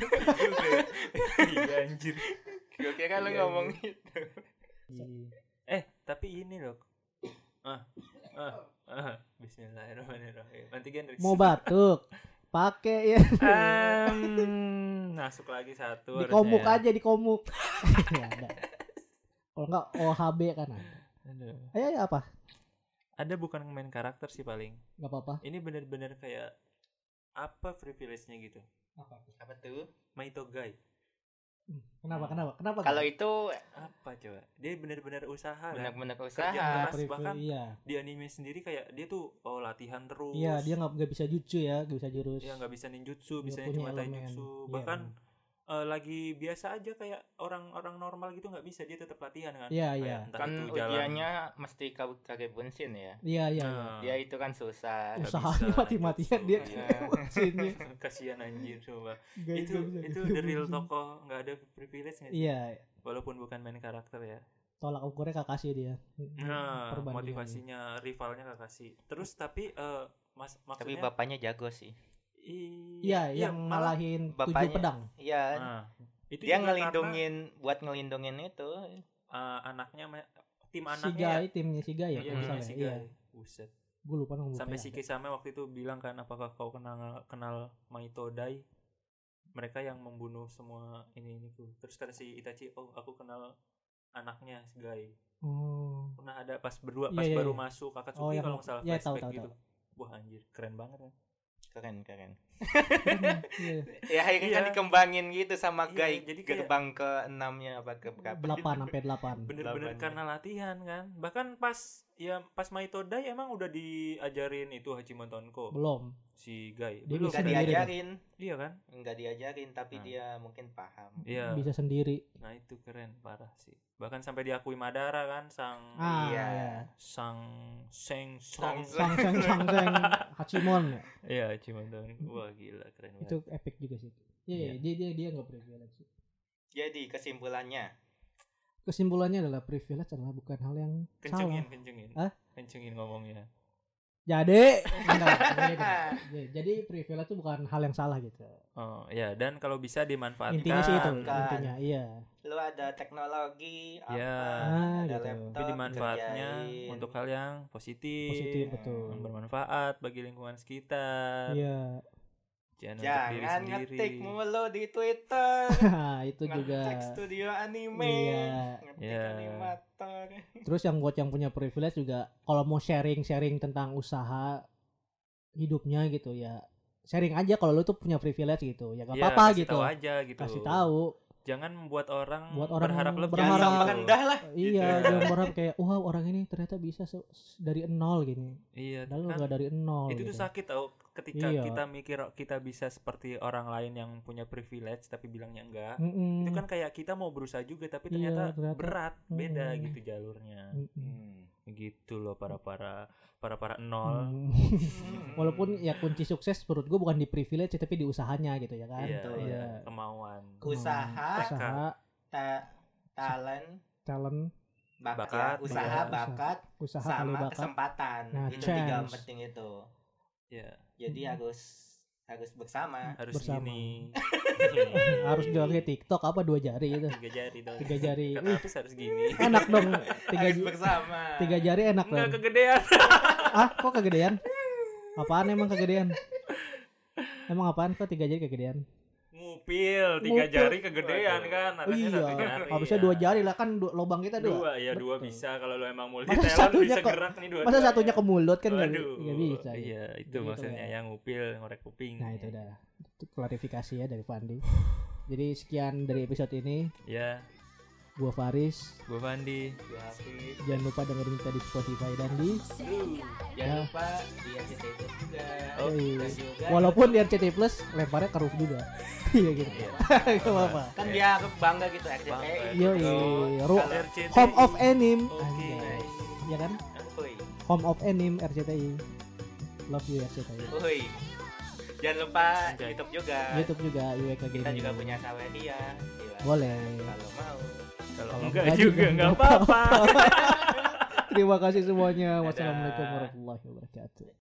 iya anjir. Gue kira lu Iya, ngomong iya. itu. Eh, tapi ini loh. Ah, ah, ah. Bismillahirrahmanirrahim. Nanti Gendrix. Mau batuk, pakai ya. Em, masuk lagi satu. Di harusnya komuk ya. aja di komuk. Ya, ada. Kalau enggak O H B kan ada. Aduh. Ayo ya apa? Ada bukan main karakter sih paling. Enggak apa-apa. Ini bener-bener kayak apa privilege-nya gitu. Apa? Apa tuh? Maito Guy. Kenapa? Kenapa? Kenapa? Kalau itu Apa coba? Dia bener-bener usaha kan. benar-benar Kerja usaha. keras. Privilege, bahkan iya. Di anime sendiri kayak dia tuh oh latihan terus. Iya, dia nggak nggak bisa jutsu ya, nggak bisa jurus. Dia nggak bisa ninjutsu, Nggak bisa punya cuma elemen. taijutsu. Iya, Bahkan benar. eh, lagi biasa aja kayak orang-orang normal gitu nggak bisa, dia tetap latihan kan. Iya, Kayak iya. entah Kan itu jalan. ujiannya mesti kage kage bunshin ya. Iya, iya, iya. Nah, Dia itu kan susah. Nggak Usahanya bisa, mati-matian jutsu. dia Iya. sini. kasihan anjir coba. Nggak- itu nggak bisa itu gitu. the real tokoh nggak ada privilege nggak sih? Iya, Walaupun bukan main karakter ya. tolak ukurnya Kakashi dia. Nah, Perbandingannya. motivasinya rivalnya Kakashi. Terus tapi eh, mas Tapi maksudnya bapaknya jago sih. Iya, yang malah ngalahin tujuh bapaknya- pedang. Iya. nah, itu Dia juga ngelindungin buat ngelindungin itu. karena, eh, anaknya ma- tim Si anaknya Gai, ya. timnya si Gai ya, Iya, kalau timnya salah si ya. Iya. Gai. Buset. Gue lupa nama Sampai bapaknya. si Kisame waktu itu bilang kan, apakah kau kenal kenal Maito Dai? Mereka yang membunuh semua ini ini tuh. Terus kata si Itachi, oh aku kenal anaknya si Gai. Oh. Pernah ada pas berdua Iya, pas iya, baru iya. masuk Akatsuki Oh, yang- kalau nggak salah iya, tahu, flashback tahu, gitu. Wah anjir, keren banget kan. Keren keren. Iya. Ya akhirnya Iya. kan dikembangin gitu sama Iya, Gai. jadi kayak- Gerbang ke enamnya apa ke berapa? delapan sampai delapan. Bener-bener Delapan, karena latihan kan. Bahkan pas ya pas Maito Dai emang udah diajarin itu Hachimon Tonko Belum. si Gai. Dia Belum bisa Enggak kan? sendiri. diajarin. Iya kan? Enggak diajarin tapi Nah. dia mungkin paham. Iya. Bisa sendiri. Nah itu keren parah sih. Bahkan sampai diakui Madara kan sang Ah, Iya. iya. sang Seng Song. Sang Seng Sang Seng Hachimon ya. Iya Hachimon Tonko. Wah gila keren banget. Itu epic juga sih. Iya, Iya. iya, dia dia dia enggak privilege sih. Jadi kesimpulannya Kesimpulannya adalah privilege adalah bukan hal yang Kencengin, salah. kencengin. Hah? Kencengin ngomongnya. Jadi, enggak, jadi, jadi privilege itu bukan hal yang salah gitu. Oh ya, dan kalau bisa dimanfaatkan. Intinya sih itu, Kan. intinya iya. lu ada teknologi apa Ya. Ah, ada gitu. laptop Tapi dimanfaatnya dikerjain. untuk hal yang positif, Positif betul. yang bermanfaat bagi lingkungan sekitar. Iya. Jangan, untuk diri Jangan sendiri. ngetik mulu di Twitter. Nah, itu juga. Ngetik studio anime. Iya. Ngetik Iya. animator. Terus yang buat yang punya privilege juga kalau mau sharing-sharing tentang usaha hidupnya gitu ya. Sharing aja kalau lu tuh punya privilege gitu. Ya enggak Ya, apa-apa kasih gitu. tahu aja gitu. Kasih tahu. Jangan membuat orang, Buat orang berharap lebih. berharap- Jangan gitu. rendah lah. Iya, Gitu. jangan berharap kayak wah orang ini ternyata bisa se- dari nol gini. Iya, Padahal kan enggak dari nol. itu gitu. tuh sakit tau ketika Iya. kita mikir kita bisa seperti orang lain yang punya privilege tapi bilangnya enggak. Mm-mm. Itu kan kayak kita mau berusaha juga tapi Iya, ternyata, ternyata. berat, beda Mm. gitu jalurnya. Mm-mm. Hmm. Gitu loh para para para para nol. Hmm. Walaupun ya kunci sukses menurut gue bukan di privilege tapi di usahanya gitu ya kan. Iya, Betul. iya, Iya. kemauan. Usaha, Usaha, ta- talent, talent, bakat, Bakat, ya. usaha, bakat. bakat, usaha kali sama bakat. kesempatan. Nah, itu tiga yang chance. penting itu. Ya, Jadi Hmm. harus harus bersama. harus Bersama. gini. Harus jual kayak TikTok apa dua jari itu. Tiga jari dong. Tiga jari. Kata Wih, Hafiz harus gini. enak dong. Tiga harus j- bersama. tiga jari enak Enggak dong. kegedean. Ah, kok kegedean? Apaan emang kegedean? Emang apaan kok tiga jari kegedean? Ngupil, tiga Ngupil. jari kegedean Waduh. kan. Oh Harusnya iya, satu jari, habisnya ya. dua jari lah kan du- lubang kita dua. Dua ya, dua Betul. bisa kalau lu emang multi Masa talent satunya bisa kok- gerak nih dua. Masa satunya ke mulut kan nggak Waduh. nggak bisa. gitu. Iya, itu Jadi itu maksudnya ya. yang ngupil, ngorek kuping. Nah itu udah itu klarifikasi ya dari Fandi. Jadi sekian dari episode ini. Ya, Gua Faris. gua Fandi. Gua Hafiz. Jangan lupa dengerin kita di Spotify dan di Jangan Ya. lupa di R C T I Plus juga. Oh, Yoi. Dan juga Walaupun di R C T I Plus lemparnya ke roof juga. Iya gitu. Iya. Gak apa-apa. kan biar bangga gitu R C T I. Bangga. Yoi. Oh, Ru- R C T I. Home of Anime. Oke. Anjay. Iya kan? Woi. Home of Anime R C T I. Love you R C T I. Woi. Jangan lupa Anjay. YouTube juga. YouTube juga U W K Gaming. Kita juga punya Saweria. Silakan Boleh. Kalau mau. Kalau Kalau enggak enggak juga juga enggak nggak apa-apa. Terima kasih semuanya. Dadah. Wassalamualaikum warahmatullahi wabarakatuh.